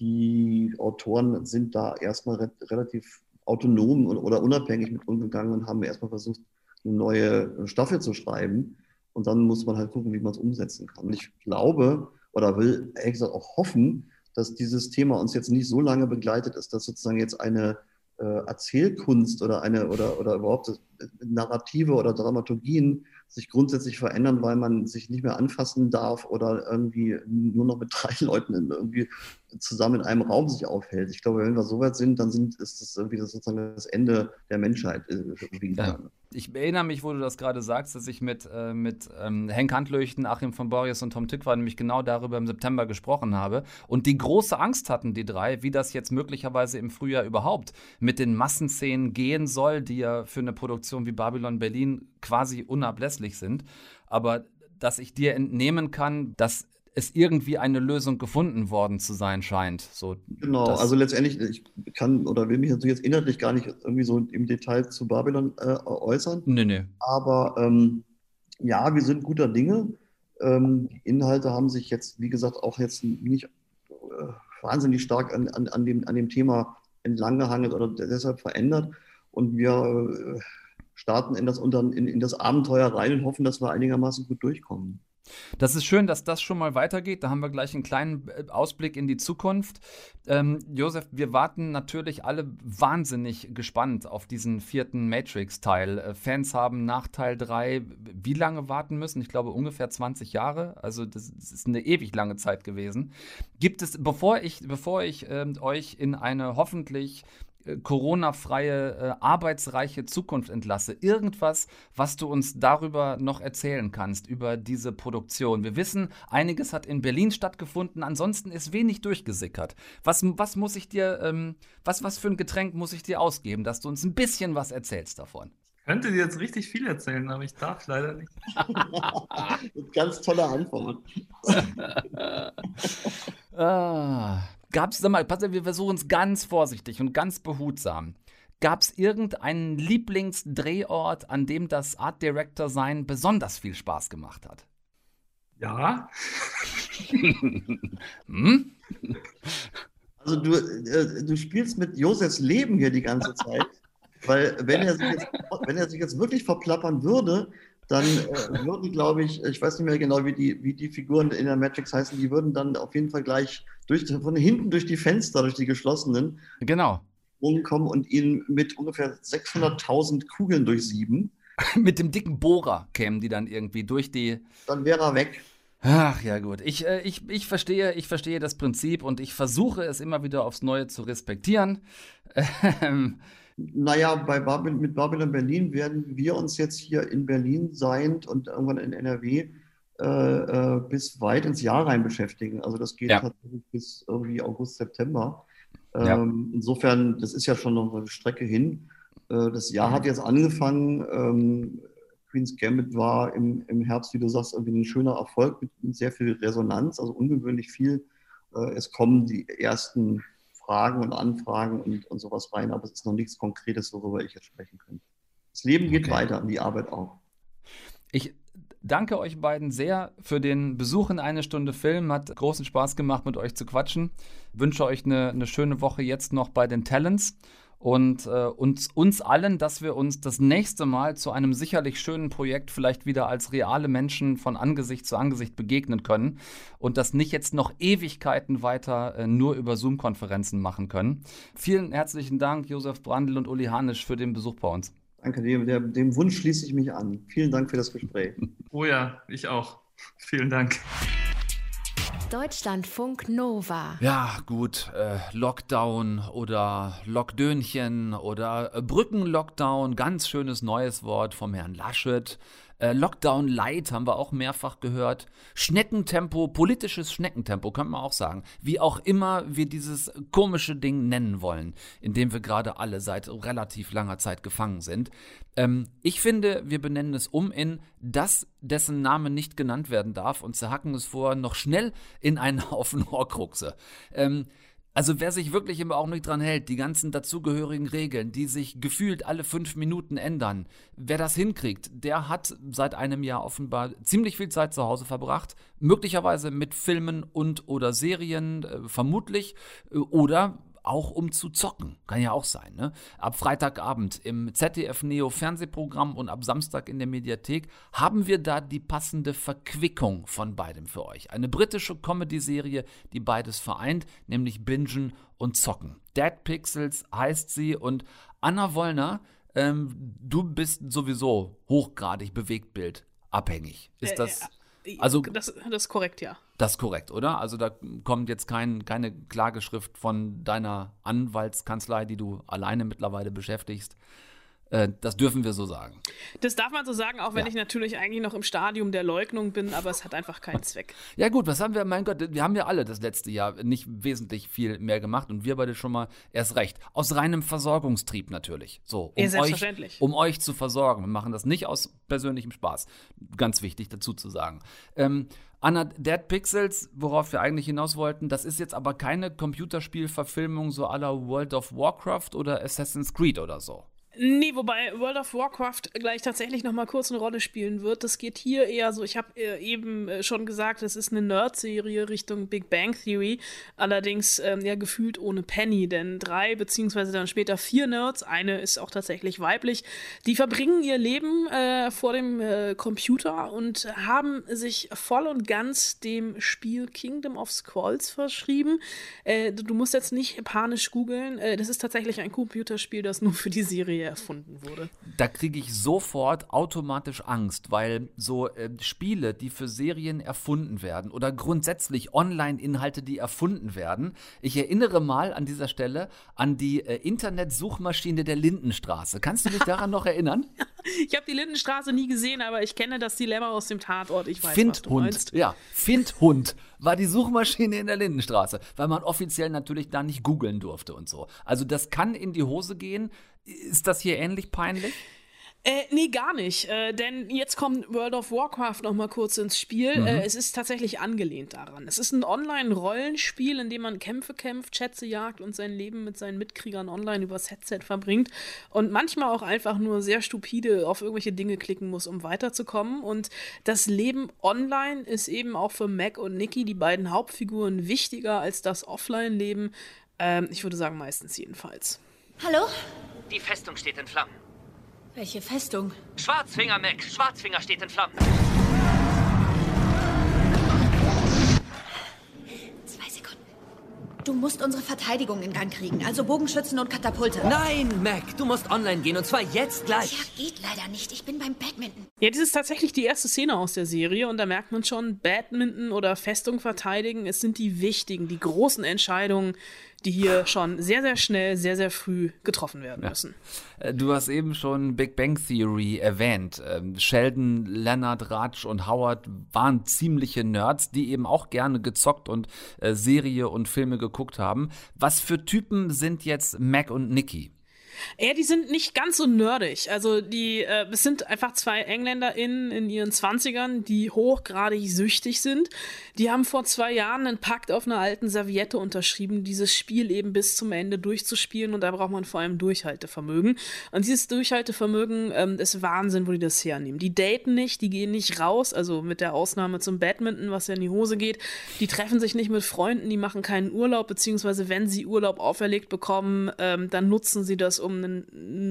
die Autoren sind da erstmal relativ autonom oder unabhängig mit umgegangen und haben erstmal versucht, eine neue Staffel zu schreiben. Und dann muss man halt gucken, wie man es umsetzen kann. Und ich glaube oder will ehrlich gesagt auch hoffen, dass dieses Thema uns jetzt nicht so lange begleitet ist, dass sozusagen jetzt eine Erzählkunst oder überhaupt Narrative oder Dramaturgien sich grundsätzlich verändern, weil man sich nicht mehr anfassen darf oder irgendwie nur noch mit 3 Leuten irgendwie zusammen in einem Raum sich aufhält. Ich glaube, wenn wir so weit sind, dann ist das irgendwie sozusagen das Ende der Menschheit. Ja. Ich erinnere mich, wo du das gerade sagst, dass ich mit Henk Handlöchten, Achim von Borries und Tom Tykwer nämlich genau darüber im September gesprochen habe und die große Angst hatten, die 3, wie das jetzt möglicherweise im Frühjahr überhaupt mit den Massenszenen gehen soll, die ja für eine Produktion wie Babylon Berlin quasi unablässlich sind. Aber dass ich dir entnehmen kann, dass es irgendwie eine Lösung gefunden worden zu sein scheint. So, genau, also letztendlich, ich kann oder will mich natürlich jetzt inhaltlich gar nicht irgendwie so im Detail zu Babylon äußern. Nee. Aber ja, wir sind guter Dinge. Die Inhalte haben sich jetzt, wie gesagt, auch jetzt nicht wahnsinnig stark an dem Thema entlanggehangelt oder deshalb verändert. Und wir starten in das Abenteuer rein und hoffen, dass wir einigermaßen gut durchkommen. Das ist schön, dass das schon mal weitergeht. Da haben wir gleich einen kleinen Ausblick in die Zukunft. Josef, wir warten natürlich alle wahnsinnig gespannt auf diesen 4. Matrix-Teil. Fans haben nach Teil 3 wie lange warten müssen? Ich glaube ungefähr 20 Jahre. Also das ist eine ewig lange Zeit gewesen. Gibt es, bevor ich euch in eine hoffentlich Corona-freie, arbeitsreiche Zukunft entlasse. Irgendwas, was du uns darüber noch erzählen kannst, über diese Produktion. Wir wissen, einiges hat in Berlin stattgefunden, ansonsten ist wenig durchgesickert. Was muss ich dir, was für ein Getränk muss ich dir ausgeben, dass du uns ein bisschen was erzählst davon? Ich könnte dir jetzt richtig viel erzählen, aber ich darf leider nicht. Ganz tolle Antwort. Wir versuchen es ganz vorsichtig und ganz behutsam. Gab es irgendeinen Lieblingsdrehort, an dem das Art Director sein besonders viel Spaß gemacht hat? Ja. Also du spielst mit Josefs Leben hier die ganze Zeit, weil wenn er sich jetzt wirklich verplappern würde, dann würden, glaube ich weiß nicht mehr genau, wie die Figuren in der Matrix heißen, die würden dann auf jeden Fall gleich von hinten durch die Fenster, durch die geschlossenen, Genau. kommen und ihn mit ungefähr 600.000 Kugeln durchsieben. Mit dem dicken Bohrer kämen die dann irgendwie durch die... Dann wäre er weg. Ach ja, gut. Ich verstehe das Prinzip und ich versuche es immer wieder aufs Neue zu respektieren. Naja, mit Babylon Berlin werden wir uns jetzt hier in Berlin seiend und irgendwann in NRW bis weit ins Jahr rein beschäftigen. Also das geht tatsächlich bis irgendwie August, September. Insofern, das ist ja schon noch eine Strecke hin. Das Jahr hat jetzt angefangen. Queen's Gambit war im Herbst, wie du sagst, irgendwie ein schöner Erfolg mit sehr viel Resonanz, also ungewöhnlich viel. Es kommen die ersten Fragen und Anfragen und sowas rein, aber es ist noch nichts Konkretes, worüber ich jetzt sprechen könnte. Das Leben geht weiter und die Arbeit auch. Ich danke euch beiden sehr für den Besuch in Eine Stunde Film. Hat großen Spaß gemacht, mit euch zu quatschen. Wünsche euch eine schöne Woche jetzt noch bei den Talents. Und uns allen, dass wir uns das nächste Mal zu einem sicherlich schönen Projekt vielleicht wieder als reale Menschen von Angesicht zu Angesicht begegnen können und das nicht jetzt noch Ewigkeiten weiter nur über Zoom-Konferenzen machen können. Vielen herzlichen Dank, Josef Brandl und Uli Hanisch, für den Besuch bei uns. Danke, dem Wunsch schließe ich mich an. Vielen Dank für das Gespräch. Oh ja, ich auch. Vielen Dank. Deutschlandfunk Nova. Ja, gut, Lockdown oder Lockdönchen oder Brückenlockdown, ganz schönes neues Wort vom Herrn Laschet. Lockdown Light haben wir auch mehrfach gehört. Schneckentempo, politisches Schneckentempo, könnte man auch sagen. Wie auch immer wir dieses komische Ding nennen wollen, in dem wir gerade alle seit relativ langer Zeit gefangen sind. Ich finde, wir benennen es in das, dessen Name nicht genannt werden darf und zerhacken es vorher noch schnell in einen Haufen Horcruxe. Also wer sich wirklich im Augenblick dran hält, die ganzen dazugehörigen Regeln, die sich gefühlt alle 5 Minuten ändern, wer das hinkriegt, der hat seit einem Jahr offenbar ziemlich viel Zeit zu Hause verbracht, möglicherweise mit Filmen und oder Serien, vermutlich, oder auch um zu zocken. Kann ja auch sein, ne? Ab Freitagabend im ZDF-Neo-Fernsehprogramm und ab Samstag in der Mediathek haben wir da die passende Verquickung von beidem für euch. Eine britische Comedy-Serie, die beides vereint, nämlich Bingen und Zocken. Dead Pixels heißt sie und Anna Wollner, du bist sowieso hochgradig Bewegtbild abhängig. Ist das... Also, das ist korrekt, ja. Das ist korrekt, oder? Also da kommt jetzt keine Klageschrift von deiner Anwaltskanzlei, die du alleine mittlerweile beschäftigst. Das dürfen wir so sagen. Das darf man so sagen, auch wenn ich natürlich eigentlich noch im Stadium der Leugnung bin, aber es hat einfach keinen Zweck. Ja gut, was haben wir, mein Gott, wir haben ja alle das letzte Jahr nicht wesentlich viel mehr gemacht und wir beide schon mal erst recht. Aus reinem Versorgungstrieb natürlich. So, selbstverständlich. Um euch zu versorgen. Wir machen das nicht aus persönlichem Spaß. Ganz wichtig dazu zu sagen. Anna, Dead Pixels, worauf wir eigentlich hinaus wollten, das ist jetzt aber keine Computerspielverfilmung so à la World of Warcraft oder Assassin's Creed oder so. Nee, wobei World of Warcraft gleich tatsächlich noch mal kurz eine Rolle spielen wird. Das geht hier eher so, ich habe eben schon gesagt, es ist eine Nerd-Serie Richtung Big Bang Theory, allerdings ja gefühlt ohne Penny, denn 3 beziehungsweise dann später 4 Nerds, eine ist auch tatsächlich weiblich, die verbringen ihr Leben vor dem Computer und haben sich voll und ganz dem Spiel Kingdom of Skrulls verschrieben. Du musst jetzt nicht panisch googeln, das ist tatsächlich ein Computerspiel, das nur für die Serie erfunden wurde. Da kriege ich sofort automatisch Angst, weil so Spiele, die für Serien erfunden werden oder grundsätzlich Online-Inhalte, die erfunden werden. Ich erinnere mal an dieser Stelle an die Internetsuchmaschine der Lindenstraße. Kannst du dich daran noch erinnern? Ich habe die Lindenstraße nie gesehen, aber ich kenne das Dilemma aus dem Tatort. Ich weiß, Findhund, was du meinst. Ja, Findhund war die Suchmaschine in der Lindenstraße, weil man offiziell natürlich da nicht googeln durfte und so. Also das kann in die Hose gehen. Ist das hier ähnlich peinlich? Nee, gar nicht. Denn jetzt kommt World of Warcraft noch mal kurz ins Spiel. Es ist tatsächlich angelehnt daran. Es ist ein Online-Rollenspiel, in dem man Kämpfe kämpft, Schätze jagt und sein Leben mit seinen Mitkriegern online übers Headset verbringt. Und manchmal auch einfach nur sehr stupide auf irgendwelche Dinge klicken muss, um weiterzukommen. Und das Leben online ist eben auch für Mac und Nikki, die beiden Hauptfiguren, wichtiger als das Offline-Leben. Ich würde sagen, meistens jedenfalls. Hallo? Die Festung steht in Flammen. Welche Festung? Schwarzfinger, Mac. Schwarzfinger steht in Flammen. 2 Sekunden. Du musst unsere Verteidigung in Gang kriegen, also Bogenschützen und Katapulte. Nein, Mac, du musst online gehen und zwar jetzt gleich. Ja, geht leider nicht. Ich bin beim Badminton. Ja, das ist tatsächlich die erste Szene aus der Serie und da merkt man schon, Badminton oder Festung verteidigen, es sind die wichtigen, die großen Entscheidungen, die hier schon sehr, sehr schnell, sehr, sehr früh getroffen werden müssen. Du hast eben schon Big Bang Theory erwähnt. Sheldon, Leonard, Raj und Howard waren ziemliche Nerds, die eben auch gerne gezockt und Serie und Filme geguckt haben. Was für Typen sind jetzt Mac und Nikki? Ja, die sind nicht ganz so nerdig. Also es sind einfach 2 EngländerInnen in ihren 20ern, die hochgradig süchtig sind. Die haben vor 2 Jahren einen Pakt auf einer alten Serviette unterschrieben, dieses Spiel eben bis zum Ende durchzuspielen und da braucht man vor allem Durchhaltevermögen. Und dieses Durchhaltevermögen ist Wahnsinn, wo die das hernehmen. Die daten nicht, die gehen nicht raus, also mit der Ausnahme zum Badminton, was ja in die Hose geht. Die treffen sich nicht mit Freunden, die machen keinen Urlaub, beziehungsweise wenn sie Urlaub auferlegt bekommen, dann nutzen sie das, um eine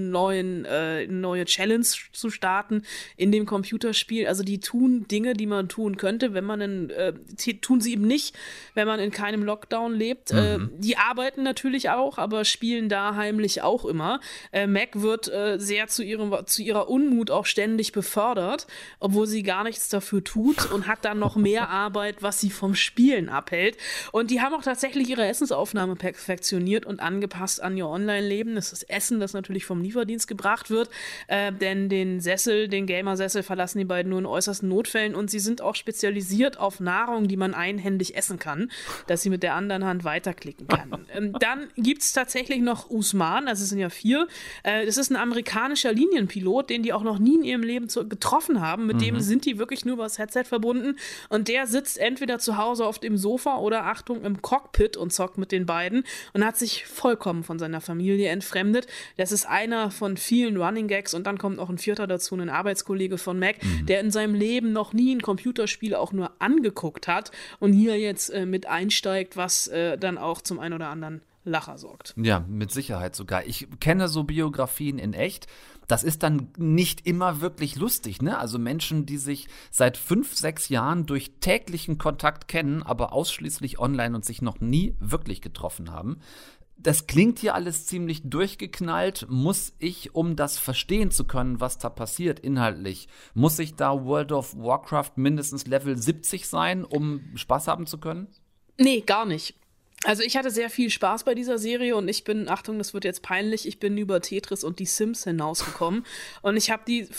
neue Challenge zu starten in dem Computerspiel. Also die tun Dinge, die man tun könnte, wenn man tun sie eben nicht, wenn man in keinem Lockdown lebt. Die arbeiten natürlich auch, aber spielen da heimlich auch immer. Mac wird sehr zu ihrer Unmut auch ständig befördert, obwohl sie gar nichts dafür tut und hat dann noch mehr Arbeit, was sie vom Spielen abhält. Und die haben auch tatsächlich ihre Essensaufnahme perfektioniert und angepasst an ihr Online-Leben. Das ist Essen, das natürlich vom Lieferdienst gebracht wird, denn den Gamer-Sessel verlassen die beiden nur in äußersten Notfällen und sie sind auch spezialisiert auf Nahrung, die man einhändig essen kann, dass sie mit der anderen Hand weiterklicken kann. Dann gibt es tatsächlich noch Usman, also es sind ja 4, das ist ein amerikanischer Linienpilot, den die auch noch nie in ihrem Leben getroffen haben, mit dem sind die wirklich nur über das Headset verbunden und der sitzt entweder zu Hause auf dem Sofa oder, Achtung, im Cockpit und zockt mit den beiden und hat sich vollkommen von seiner Familie entfremdet. Das ist einer von vielen Running Gags und dann kommt noch ein 4. dazu, ein Arbeitskollege von Mac, der in seinem Leben noch nie ein Computerspiel auch nur angeguckt hat und hier jetzt mit einsteigt, was dann auch zum einen oder anderen Lacher sorgt. Ja, mit Sicherheit sogar. Ich kenne so Biografien in echt. Das ist dann nicht immer wirklich lustig, ne? Also Menschen, die sich seit 5, 6 Jahren durch täglichen Kontakt kennen, aber ausschließlich online und sich noch nie wirklich getroffen haben. Das klingt hier alles ziemlich durchgeknallt. Muss ich, um das verstehen zu können, was da passiert inhaltlich, muss ich da World of Warcraft mindestens Level 70 sein, um Spaß haben zu können? Nee, gar nicht. Also ich hatte sehr viel Spaß bei dieser Serie und ich bin, Achtung, das wird jetzt peinlich, ich bin über Tetris und die Sims hinausgekommen und ich habe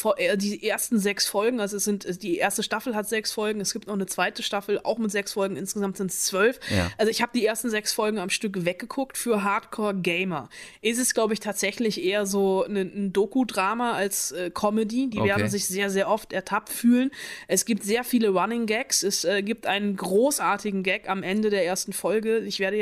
die ersten 6 Folgen, also die erste Staffel hat 6 Folgen, es gibt noch eine zweite Staffel, auch mit 6 Folgen, insgesamt sind es 12. Ja. Also ich habe die ersten 6 Folgen am Stück weggeguckt für Hardcore-Gamer. Ist es, glaube ich, tatsächlich eher so ein Doku-Drama als Comedy, die werden sich sehr, sehr oft ertappt fühlen. Es gibt sehr viele Running Gags, es gibt einen großartigen Gag am Ende der ersten Folge, ich werde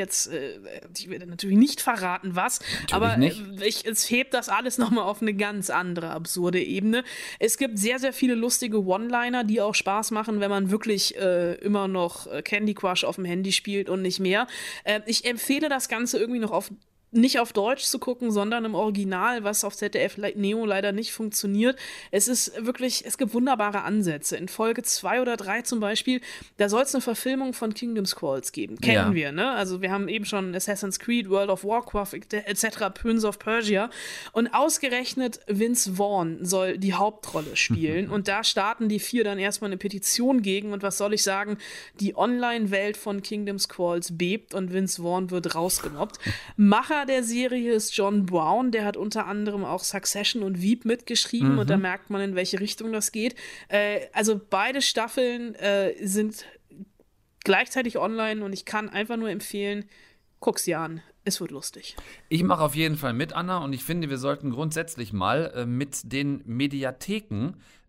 natürlich nicht verraten, was, aber es hebt das alles nochmal auf eine ganz andere, absurde Ebene. Es gibt sehr, sehr viele lustige One-Liner, die auch Spaß machen, wenn man wirklich immer noch Candy Crush auf dem Handy spielt und nicht mehr. Ich empfehle das Ganze irgendwie noch nicht auf Deutsch zu gucken, sondern im Original, was auf ZDF Neo leider nicht funktioniert. Es gibt wunderbare Ansätze. In Folge 2 oder 3 zum Beispiel, da soll es eine Verfilmung von Kingdom Scrolls geben. Kennen wir, ne? Also wir haben eben schon Assassin's Creed, World of Warcraft etc., Prince of Persia und ausgerechnet Vince Vaughn soll die Hauptrolle spielen und da starten die 4 dann erstmal eine Petition gegen und was soll ich sagen, die Online-Welt von Kingdom Scrolls bebt und Vince Vaughn wird rausgemobbt. Macher der Serie ist John Brown, der hat unter anderem auch Succession und Veep mitgeschrieben und da merkt man, in welche Richtung das geht. Also beide Staffeln sind gleichzeitig online und ich kann einfach nur empfehlen, guck's dir an. Es wird lustig. Ich mache auf jeden Fall mit, Anna, und ich finde, wir sollten grundsätzlich mal mit den Mediatheken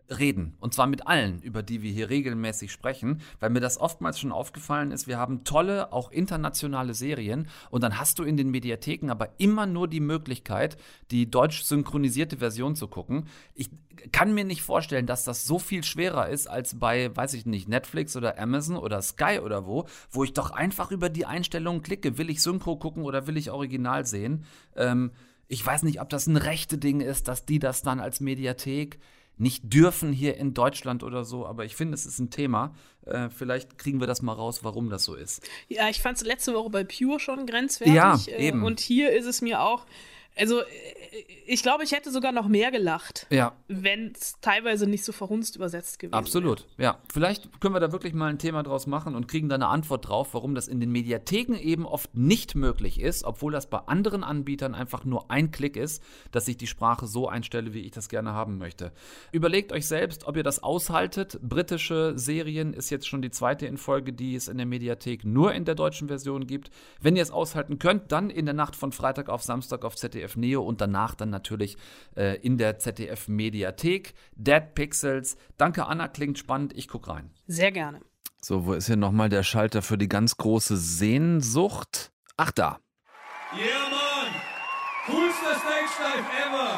reden. Und zwar mit allen, über die wir hier regelmäßig sprechen, weil mir das oftmals schon aufgefallen ist, wir haben tolle, auch internationale Serien und dann hast du in den Mediatheken aber immer nur die Möglichkeit, die deutsch synchronisierte Version zu gucken. Ich kann mir nicht vorstellen, dass das so viel schwerer ist als bei, weiß ich nicht, Netflix oder Amazon oder Sky oder wo ich doch einfach über die Einstellungen klicke. Will ich Synchro gucken oder will ich Original sehen? Ich weiß nicht, ob das ein rechte Ding ist, dass die das dann als Mediathek nicht dürfen hier in Deutschland oder so, aber ich finde, es ist ein Thema. Vielleicht kriegen wir das mal raus, warum das so ist. Ja, ich fand es letzte Woche bei Pure schon grenzwertig. Ja, eben. Und hier ist es mir auch, also ich glaube, ich hätte sogar noch mehr gelacht, wenn es teilweise nicht so verhunzt übersetzt gewesen wäre. Absolut, ja. Vielleicht können wir da wirklich mal ein Thema draus machen und kriegen da eine Antwort drauf, warum das in den Mediatheken eben oft nicht möglich ist, obwohl das bei anderen Anbietern einfach nur ein Klick ist, dass ich die Sprache so einstelle, wie ich das gerne haben möchte. Überlegt euch selbst, ob ihr das aushaltet. Britische Serien ist jetzt schon die zweite in Folge, die es in der Mediathek nur in der deutschen Version gibt. Wenn ihr es aushalten könnt, dann in der Nacht von Freitag auf Samstag auf ZDF Neo und danach dann natürlich in der ZDF-Mediathek. Dead Pixels. Danke, Anna, klingt spannend. Ich gucke rein. Sehr gerne. So, wo ist hier nochmal der Schalter für die ganz große Sehnsucht? Ach, da. Yeah, Mann! Coolster Stage Dive ever!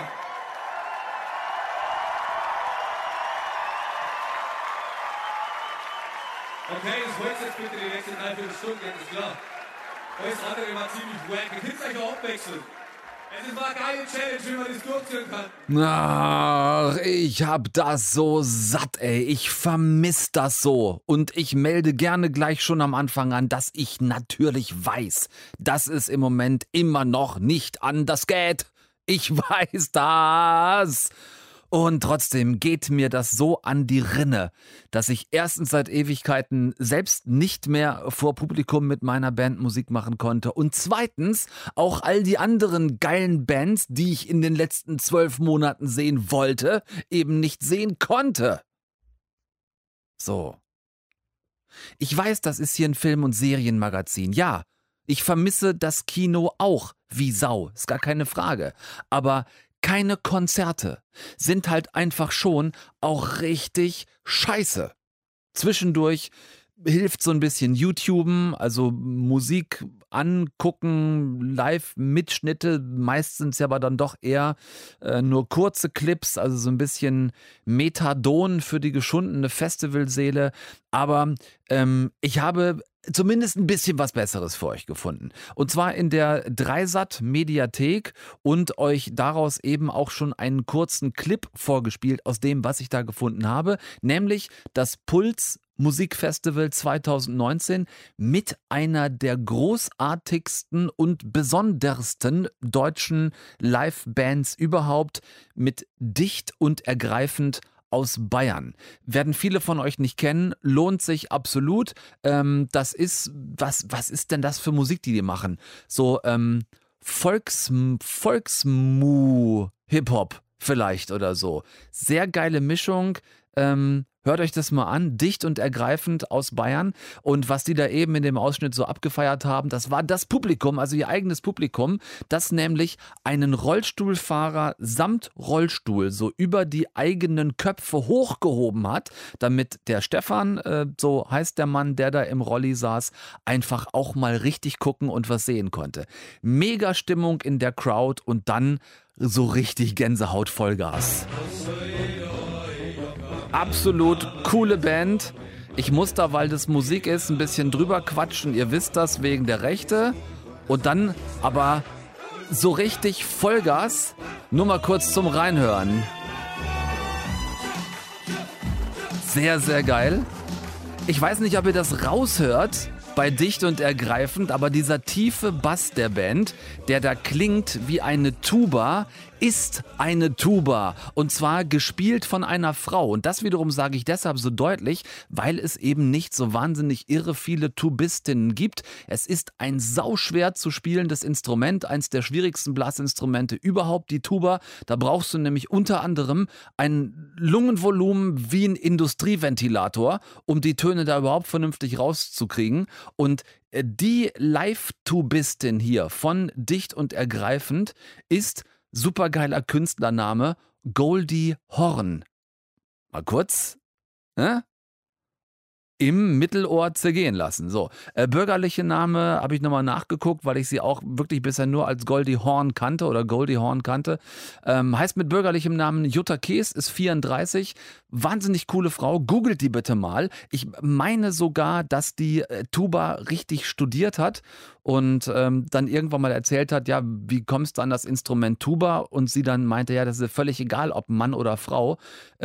Okay, das holt's jetzt bitte die nächste 3/4 Stunden, ist klar. Alles andere war ziemlich wack. Ihr könnt euch auch abwechseln. Es war eine geile Challenge, wie man das durchziehen kann. Ach, ich hab das so satt, ey. Ich vermiss das so. Und ich melde gerne gleich schon am Anfang an, dass ich natürlich weiß, dass es im Moment immer noch nicht anders geht. Ich weiß das. Und trotzdem geht mir das so an die Rinne, dass ich erstens seit Ewigkeiten selbst nicht mehr vor Publikum mit meiner Band Musik machen konnte und zweitens auch all die anderen geilen Bands, die ich in den letzten 12 Monaten sehen wollte, eben nicht sehen konnte. So. Ich weiß, das ist hier ein Film- und Serienmagazin, ja. Ich vermisse das Kino auch wie Sau, ist gar keine Frage. Aber keine Konzerte sind halt einfach schon auch richtig scheiße. Zwischendurch hilft so ein bisschen YouTuben, also Musik angucken, Live-Mitschnitte, meist sind es ja aber dann doch eher nur kurze Clips, also so ein bisschen Methadon für die geschundene Festivalseele, aber ich habe zumindest ein bisschen was Besseres für euch gefunden. Und zwar in der Dreisat-Mediathek und euch daraus eben auch schon einen kurzen Clip vorgespielt aus dem, was ich da gefunden habe, nämlich das Puls Musikfestival 2019 mit einer der großartigsten und besondersten deutschen Live-Bands überhaupt, mit Dicht und Ergreifend aus Bayern. Werden viele von euch nicht kennen, lohnt sich absolut. Das ist, was ist denn das für Musik, die machen? So Volksmu-Hip-Hop vielleicht oder so. Sehr geile Mischung. Hört euch das mal an, Dicht und Ergreifend aus Bayern. Und was die da eben in dem Ausschnitt so abgefeiert haben, das war das Publikum, also ihr eigenes Publikum, das nämlich einen Rollstuhlfahrer samt Rollstuhl so über die eigenen Köpfe hochgehoben hat, damit der Stefan, so heißt der Mann, der da im Rolli saß, einfach auch mal richtig gucken und was sehen konnte. Mega Stimmung in der Crowd und dann so richtig Gänsehaut Vollgas. Absolut coole Band. Ich muss da, weil das Musik ist, ein bisschen drüber quatschen. Ihr wisst das, wegen der Rechte. Und dann aber so richtig Vollgas. Nur mal kurz zum Reinhören. Sehr, sehr geil. Ich weiß nicht, ob ihr das raushört bei Dicht und Ergreifend, aber dieser tiefe Bass der Band, der da klingt wie eine Tuba, ist eine Tuba. Und zwar gespielt von einer Frau. Und das wiederum sage ich deshalb so deutlich, weil es eben nicht so wahnsinnig irre viele Tubistinnen gibt. Es ist ein sauschwer zu spielendes Instrument, eins der schwierigsten Blasinstrumente überhaupt, die Tuba. Da brauchst du nämlich unter anderem ein Lungenvolumen wie ein Industrieventilator, um die Töne da überhaupt vernünftig rauszukriegen. Und die Live-Tubistin hier von Dicht und Ergreifend ist supergeiler Künstlername Goldie Horn. mal kurz im Mittelohr zergehen lassen. So, bürgerliche Name habe ich nochmal nachgeguckt, weil ich sie auch wirklich bisher nur als Goldie Hawn kannte. Heißt mit bürgerlichem Namen Jutta Kees, ist 34, wahnsinnig coole Frau. Googelt die bitte mal. Ich meine sogar, dass die Tuba richtig studiert hat und dann irgendwann mal erzählt hat, ja, wie kommst du an das Instrument Tuba? Und sie dann meinte, ja, das ist völlig egal, ob Mann oder Frau.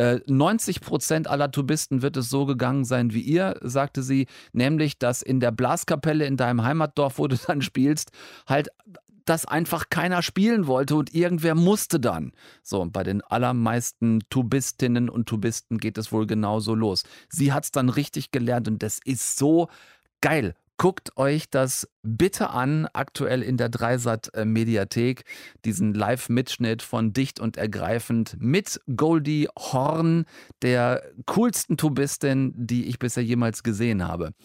90% aller Tubisten wird es so gegangen sein wie ihr, sagte sie, nämlich, dass in der Blaskapelle in deinem Heimatdorf, wo du dann spielst, halt das einfach keiner spielen wollte und irgendwer musste dann. So, und bei den allermeisten Tubistinnen und Tubisten geht es wohl genauso los. Sie hat es dann richtig gelernt und das ist so geil. Guckt euch das bitte an, aktuell in der Dreisat-Mediathek, diesen Live-Mitschnitt von Dicht und Ergreifend mit Goldie Hawn, der coolsten Tubistin, die ich bisher jemals gesehen habe.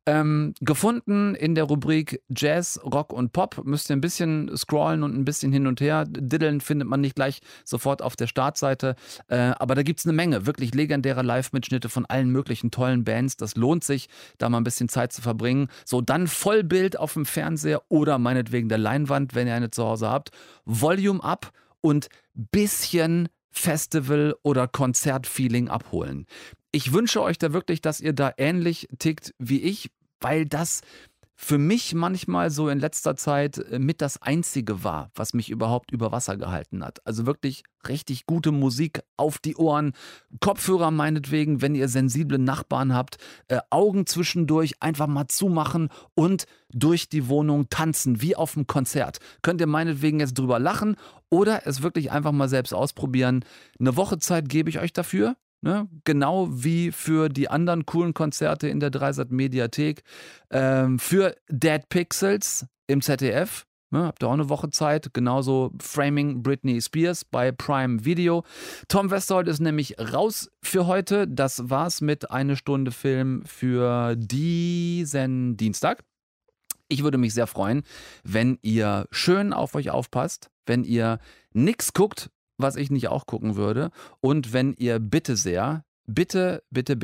Gefunden in der Rubrik Jazz, Rock und Pop. Müsst ihr ein bisschen scrollen und ein bisschen hin und her diddeln, findet man nicht gleich sofort auf der Startseite. Aber da gibt es eine Menge wirklich legendäre Live-Mitschnitte von allen möglichen tollen Bands. Das lohnt sich, da mal ein bisschen Zeit zu verbringen. So, dann Vollbild auf dem Fernseher oder meinetwegen der Leinwand, wenn ihr eine zu Hause habt. Volume up und bisschen Festival- oder Konzertfeeling abholen. Ich wünsche euch da wirklich, dass ihr da ähnlich tickt wie ich, weil das für mich manchmal so in letzter Zeit mit das Einzige war, was mich überhaupt über Wasser gehalten hat. Also wirklich richtig gute Musik auf die Ohren, Kopfhörer meinetwegen, wenn ihr sensible Nachbarn habt, Augen zwischendurch einfach mal zumachen und durch die Wohnung tanzen, wie auf einem Konzert. Könnt ihr meinetwegen jetzt drüber lachen oder es wirklich einfach mal selbst ausprobieren. Eine Woche Zeit gebe ich euch dafür. Ne? Genau wie für die anderen coolen Konzerte in der Dreisat-Mediathek. Für Dead Pixels im ZDF. Ne? Habt ihr auch eine Woche Zeit. Genauso Framing Britney Spears bei Prime Video. Tom Westerholt ist nämlich raus für heute. Das war's mit einer Stunde Film für diesen Dienstag. Ich würde mich sehr freuen, wenn ihr schön auf euch aufpasst, wenn ihr nichts guckt, was ich nicht auch gucken würde. Und wenn ihr bitte sehr, bitte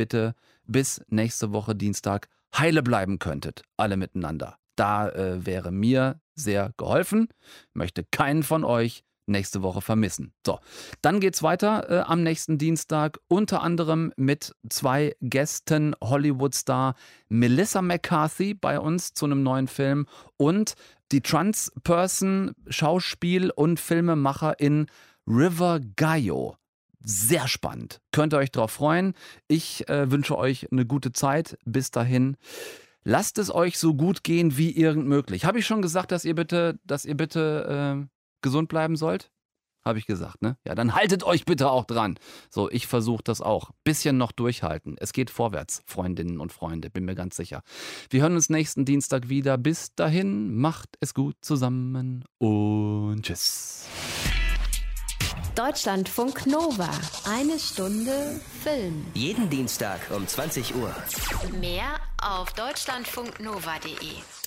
bis nächste Woche Dienstag heile bleiben könntet, alle miteinander. Da wäre mir sehr geholfen. Möchte keinen von euch nächste Woche vermissen. So, dann geht's weiter am nächsten Dienstag, unter anderem mit 2 Gästen, Hollywood-Star Melissa McCarthy bei uns zu einem neuen Film und die Trans-Person, Schauspiel- und Filmemacherin River Gaio. Sehr spannend. Könnt ihr euch drauf freuen. Ich wünsche euch eine gute Zeit. Bis dahin. Lasst es euch so gut gehen wie irgend möglich. Habe ich schon gesagt, dass ihr bitte gesund bleiben sollt? Habe ich gesagt, ne? Ja, dann haltet euch bitte auch dran. So, ich versuche das auch. Bisschen noch durchhalten. Es geht vorwärts, Freundinnen und Freunde, bin mir ganz sicher. Wir hören uns nächsten Dienstag wieder. Bis dahin, macht es gut zusammen und tschüss. Deutschlandfunk Nova. Eine Stunde Film. Jeden Dienstag um 20 Uhr. Mehr auf deutschlandfunknova.de.